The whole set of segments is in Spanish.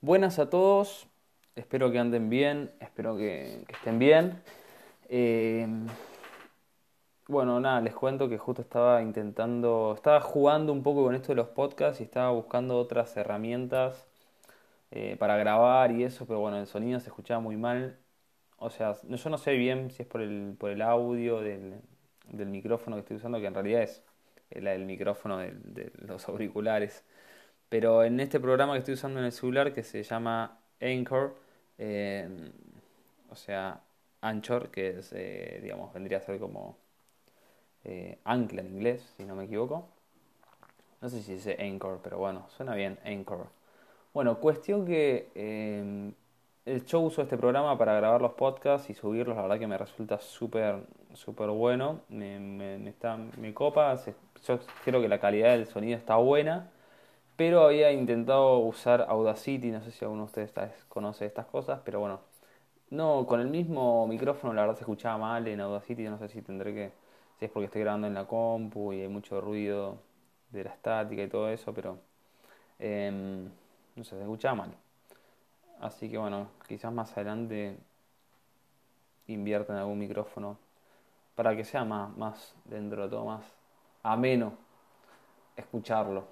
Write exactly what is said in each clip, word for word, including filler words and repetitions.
Buenas a todos, espero que anden bien, espero que, que estén bien. Eh, bueno, nada, les cuento que justo estaba intentando, estaba jugando un poco con esto de los podcasts y estaba buscando otras herramientas eh, para grabar y eso, pero bueno, el sonido se escuchaba muy mal. O sea, no- yo no sé bien si es por el, por el audio del, del micrófono que estoy usando, que en realidad es el, el micrófono del- de los auriculares. Pero en este programa que estoy usando en el celular, que se llama Anchor, eh, o sea, Anchor, que es, eh, digamos, vendría a ser como eh, ancla en inglés, si no me equivoco. No sé si dice Anchor, pero bueno, suena bien, Anchor. Bueno, cuestión que eh, el- yo uso este programa para grabar los podcasts y subirlos, la verdad que me resulta súper súper bueno, me, me, me está, me copa, se- yo creo que la calidad del sonido está buena, pero había intentado usar Audacity, no sé si alguno de ustedes está- conoce estas cosas, pero bueno, no, con el mismo micrófono la verdad se escuchaba mal en Audacity, no sé si tendré que, si es porque estoy grabando en la compu y hay mucho ruido de la estática y todo eso, pero em, no sé, se escuchaba mal. Así que bueno, quizás más adelante invierta en algún micrófono para que sea más, más dentro de todo más ameno escucharlo.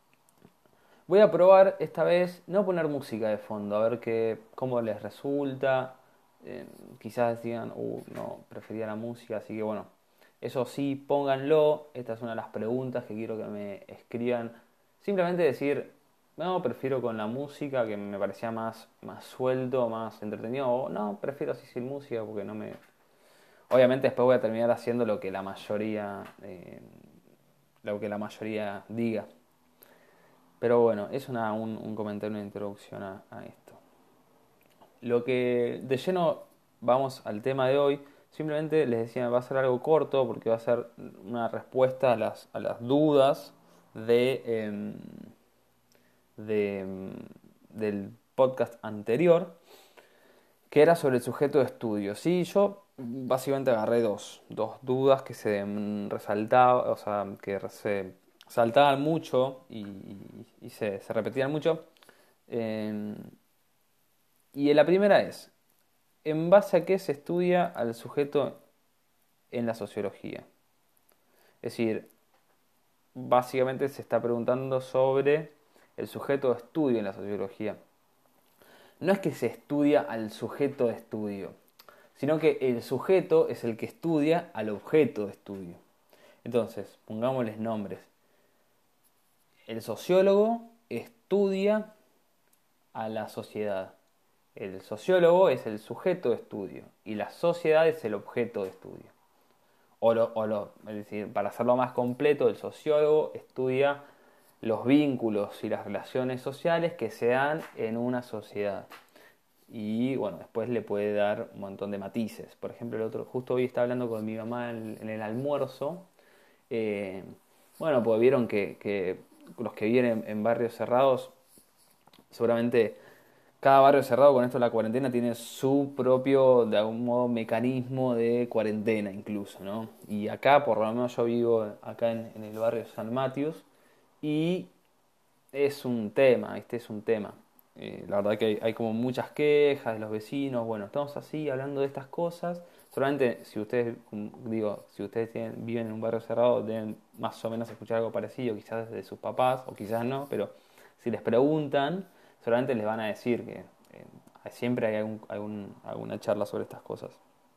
Voy a probar esta vez no poner música de fondo, a ver qué, cómo les resulta. Eh, quizás digan, uh, no, prefería la música, así que bueno, eso sí, pónganlo. Esta es una de las preguntas que quiero que me escriban. Simplemente decir, no, prefiero con la música, que me parecía más, más suelto, más entretenido, o no, prefiero así sin música porque no me... Obviamente después voy a terminar haciendo lo que la mayoría, eh, lo que la mayoría diga. Pero bueno, es una, un, un comentario, una introducción a, a esto. Lo que de lleno vamos al tema de hoy, simplemente les decía, va a ser algo corto porque va a ser una respuesta a las, a las dudas de, em, de, em, del podcast anterior, que era sobre el sujeto de estudio. Sí, yo básicamente agarré dos, dos dudas que se mm, resaltaban, o sea, que se saltaban mucho y, y- y se, se repetían mucho. Eh, y la primera es, ¿en base a qué se estudia al sujeto en la sociología? Es decir, básicamente se está preguntando sobre el sujeto de estudio en la sociología. No es que se estudia al sujeto de estudio, sino que el sujeto es el que estudia al objeto de estudio. Entonces, pongámosles nombres. El sociólogo estudia a la sociedad. El sociólogo es el sujeto de estudio y la sociedad es el objeto de estudio. O lo, o lo, es decir, para hacerlo más completo, el sociólogo estudia los vínculos y las relaciones sociales que se dan en una sociedad. Y bueno, después le puede dar un montón de matices. Por ejemplo, el otro, justo hoy estaba hablando con mi mamá en, en el almuerzo. eh, bueno, pues vieron que, que los que viven en, en barrios cerrados, seguramente cada barrio cerrado con esto de la cuarentena tiene su propio, de algún modo, mecanismo de cuarentena incluso, ¿no? Y acá, por lo menos yo vivo acá en, en el barrio San Matius y es un tema, este es un tema. Eh, la verdad que hay, hay como muchas quejas de los vecinos, bueno, estamos así hablando de estas cosas. Solamente si ustedes, como digo, si ustedes tienen- viven en un barrio cerrado, deben más o menos escuchar algo parecido, quizás de sus papás, o quizás no, pero si les preguntan, solamente les van a decir que eh, siempre hay algún- algún- alguna charla sobre estas cosas.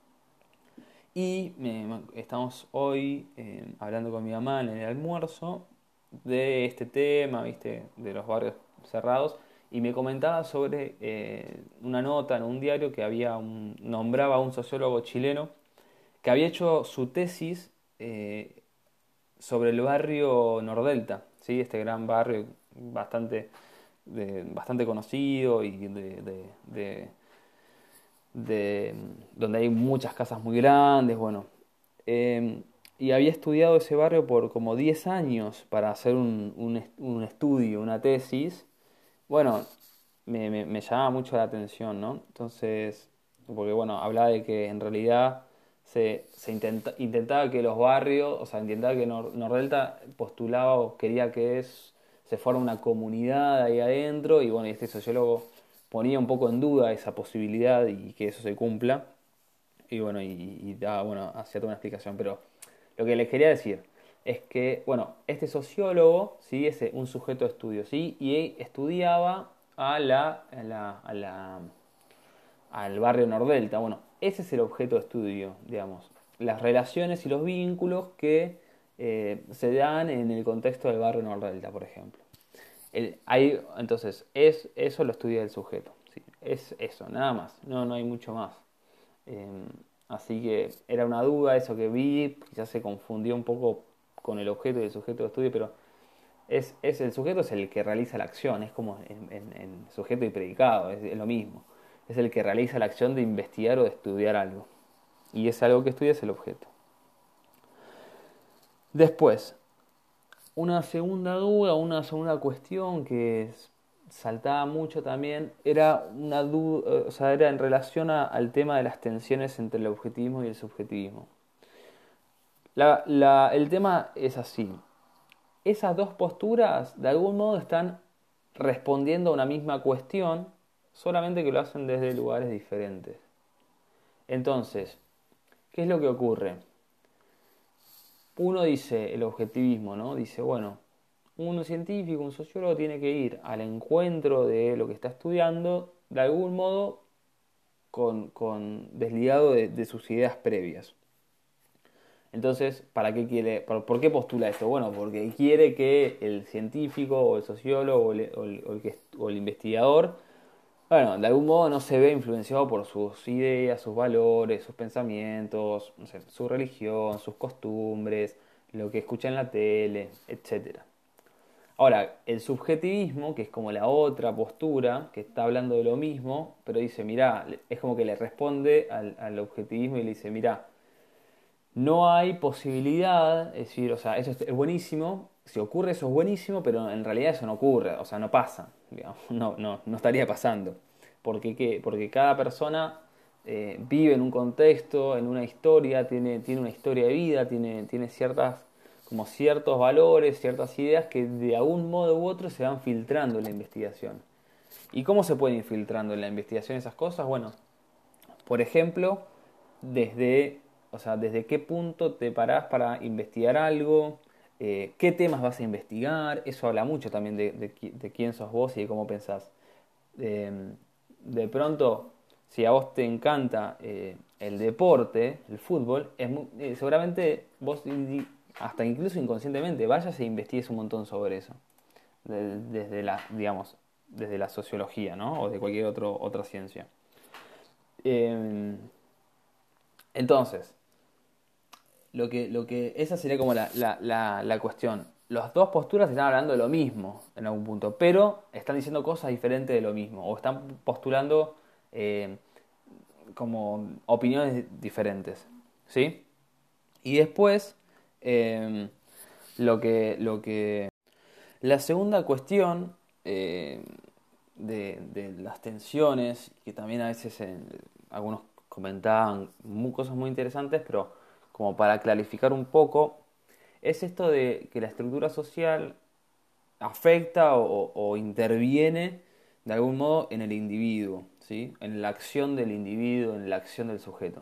Y me- estamos hoy eh, hablando con mi mamá en el almuerzo de este tema, ¿viste? De los barrios cerrados. Y me comentaba sobre eh, una nota en un diario que había un, nombraba a un sociólogo chileno que había hecho su tesis eh, sobre el barrio Nordelta, ¿sí? Este gran barrio bastante, de- bastante conocido y de, de- de- de- donde hay muchas casas muy grandes, bueno. Eh, y había estudiado ese barrio por como diez años para hacer un, un est- un estudio, una tesis. Bueno, me, me- me llamaba mucho la atención, ¿no? Entonces, porque bueno, hablaba de que en realidad se, se intenta- intentaba que los barrios, o sea, intentaba que Nor- Nordelta postulaba o quería que es, se fuera una comunidad ahí adentro, y bueno, y este sociólogo ponía un poco en duda esa posibilidad y que eso se cumpla. Y bueno, y, y da, bueno, hacía toda una explicación. Pero lo que les quería decir es que, bueno, este sociólogo, ¿sí? Es un sujeto de estudio, ¿sí? Y estudiaba a la, a la, a la, al barrio Nordelta. Bueno, ese es el objeto de estudio, digamos. Las relaciones y los vínculos que eh, se dan en el contexto del barrio Nordelta, por ejemplo. El, hay, entonces, es, eso lo estudia el sujeto. ¿Sí? Es eso, nada más. No, no hay mucho más. Eh, Así que era una duda eso que vi, quizás se confundió un poco con el objeto y el sujeto de estudio, pero es, es el sujeto es el que realiza la acción, es como en, en- en sujeto y predicado, es, es lo mismo. Es el que realiza la acción de investigar o de estudiar algo. Y ese algo que estudia es el objeto. Después, una segunda duda, una segunda cuestión que es- saltaba mucho también, era una duda, o sea, era en relación a- al tema de las tensiones entre el objetivismo y el subjetivismo. La- la- el tema es así. Esas dos posturas de algún modo están respondiendo a una misma cuestión, solamente que lo hacen desde lugares diferentes. Entonces, ¿qué es lo que ocurre? Uno dice el objetivismo, ¿no? Dice, bueno, un científico, un sociólogo tiene que ir al encuentro de lo que está estudiando, de algún modo con, con- desligado de, de sus ideas previas. Entonces, ¿para qué quiere, por, por qué postula esto? Bueno, porque quiere que el científico o el sociólogo o el, o el- o el que o el investigador, bueno, de algún modo no se ve influenciado por sus ideas, sus valores, sus pensamientos, no sé, su religión, sus costumbres, lo que escucha en la tele, etcétera. Ahora, el subjetivismo, que es como la otra postura, que está hablando de lo mismo, pero dice, mirá, es como que le responde al, al objetivismo y le dice, mirá, no hay posibilidad, es decir, o sea, eso es buenísimo, si ocurre eso es buenísimo, pero en realidad eso no ocurre, o sea, no pasa, digamos, no, no, no estaría pasando. Porque, ¿qué? Porque cada persona eh, vive en un contexto, en una historia, tiene, tiene una historia de vida, tiene, tiene ciertas, como ciertos valores, ciertas ideas que de algún modo u otro se van filtrando en la investigación. ¿Y cómo se pueden ir filtrando en la investigación esas cosas? Bueno, por ejemplo, desde, o sea, desde qué punto te parás para investigar algo, eh, qué temas vas a investigar, eso habla mucho también de, de qui- de quién sos vos y de cómo pensás. Eh, de pronto, si a vos te encanta eh, el deporte, el fútbol, es mu- eh, seguramente vos, i- hasta incluso inconscientemente, vayas e investigues un montón sobre eso, de- desde la, digamos, desde la sociología, ¿no? O de cualquier otro, otra ciencia. Eh, entonces, lo que, lo que, esa sería como la, la, la, la cuestión. Las dos posturas están hablando de lo mismo en algún punto, pero están diciendo cosas diferentes de lo mismo, o están postulando eh, como opiniones diferentes, ¿sí? Y después, eh, lo que, lo que... La segunda cuestión eh, de, de las tensiones, que también a veces en- algunos comentaban mu- cosas muy interesantes, pero como para clarificar un poco, es esto de que la estructura social afecta o, o interviene de algún modo en el individuo, ¿sí? En la acción del individuo, en la acción del sujeto.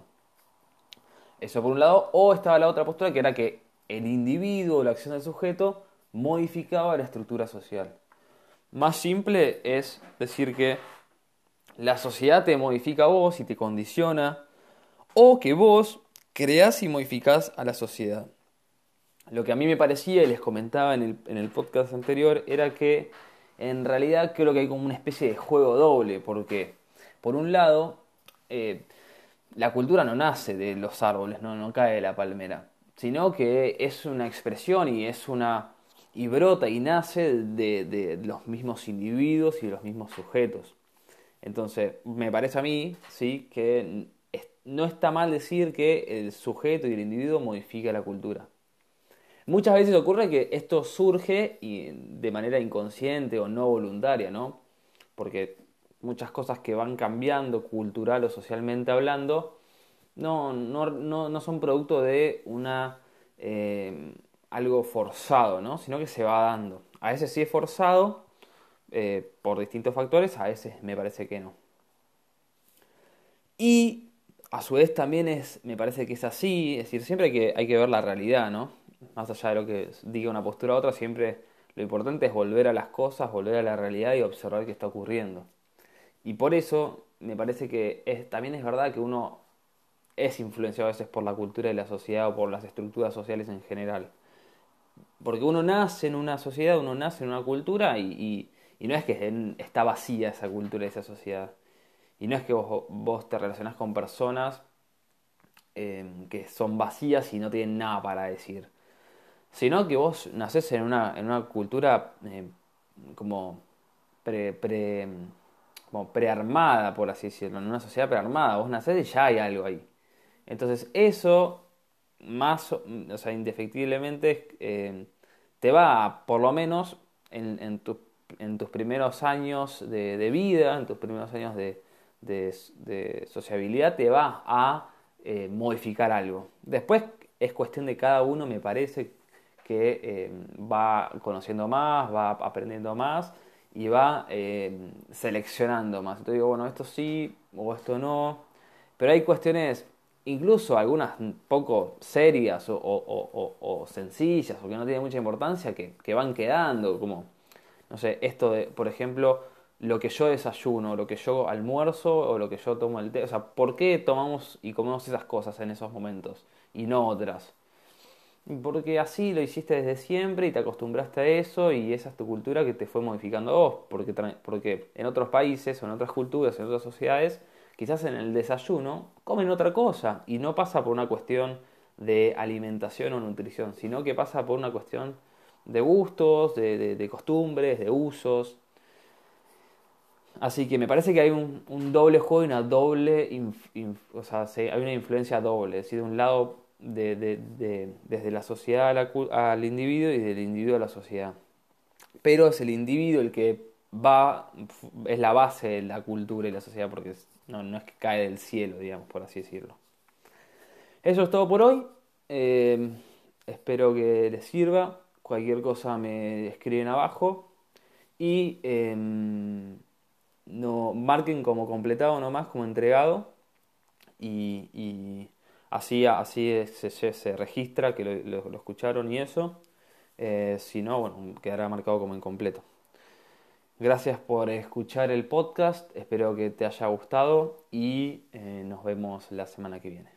Eso por un lado, o estaba la otra postura que era que el individuo, la acción del sujeto, modificaba la estructura social. Más simple es decir que la sociedad te modifica a vos y te condiciona, o que vos creás y modificás a la sociedad. Lo que a mí me parecía y les comentaba en el, en el podcast anterior era que en realidad creo que hay como una especie de juego doble, porque por un lado, eh, la cultura no nace de los árboles, no, no cae de la palmera, sino que es una expresión y es una y brota y nace de, de los mismos individuos y de los mismos sujetos. Entonces, me parece a mí, sí, que es- no está mal decir que el sujeto y el individuo modifica la cultura. Muchas veces ocurre que esto surge y de manera inconsciente o no voluntaria, ¿no? Porque muchas cosas que van cambiando cultural o socialmente hablando no, no, no, no son producto de una eh, algo forzado, ¿no? Sino que se va dando. A veces sí es forzado, eh, por distintos factores, a veces me parece que no. Y a su vez también es, me parece que es así, es decir, siempre hay que, hay que ver la realidad, ¿no? Más allá de lo que diga una postura u otra, siempre lo importante es volver a las cosas, volver a la realidad y observar qué está ocurriendo. Y por eso me parece que es, también es verdad que uno es influenciado a veces por la cultura de la sociedad o por las estructuras sociales en general. Porque uno nace en una sociedad, uno nace en una cultura y, y- y no es que en- está vacía esa cultura y esa sociedad. Y no es que vos, vos te relacionás con personas eh, que son vacías y no tienen nada para decir. Sino que vos nacés en una, en una cultura eh, como pre, pre, como prearmada, por así decirlo, en una sociedad prearmada. Vos nacés y ya hay algo ahí. Entonces eso, más, o o sea, indefectiblemente, eh, te va, por lo menos, en, en, tu- en tus primeros años de, de vida, en tus primeros años de, de- de sociabilidad, te va a eh, modificar algo. Después es cuestión de cada uno, me parece, que eh, va conociendo más, va aprendiendo más y va eh, seleccionando más. Entonces digo, bueno, esto sí o esto no. Pero hay cuestiones, incluso algunas poco serias o, o- o- o- o sencillas o que no tienen mucha importancia, que, que van quedando, como, no sé, esto de, por ejemplo, lo que yo desayuno, lo que yo almuerzo o lo que yo tomo el té. O sea, ¿por qué tomamos y comemos esas cosas en esos momentos y no otras? Porque así lo hiciste desde siempre y te acostumbraste a eso y esa es tu cultura que te fue modificando a vos. Porque, tra- porque en otros países o en otras culturas, en otras sociedades, quizás en el desayuno comen otra cosa y no pasa por una cuestión de alimentación o nutrición, sino que pasa por una cuestión de gustos, de, de- de costumbres, de usos. Así que me parece que hay un, un doble juego y una doble, inf- inf- o sea, se- hay una influencia doble, es decir, de un lado de, de- de- desde la sociedad a la cu- al individuo y del individuo a la sociedad. Pero es el individuo el que va, f- es la base de la cultura y la sociedad, porque es- no, no es que cae del cielo, digamos, por así decirlo. Eso es todo por hoy. Eh, espero que les sirva. Cualquier cosa me escriben abajo. Y em, no marquen como completado nomás, como entregado. Y, y así, así es- se, se- se registra que lo, lo- lo escucharon y eso. Eh, si no, bueno, quedará marcado como incompleto. Gracias por escuchar el podcast. Espero que te haya gustado y eh, nos vemos la semana que viene.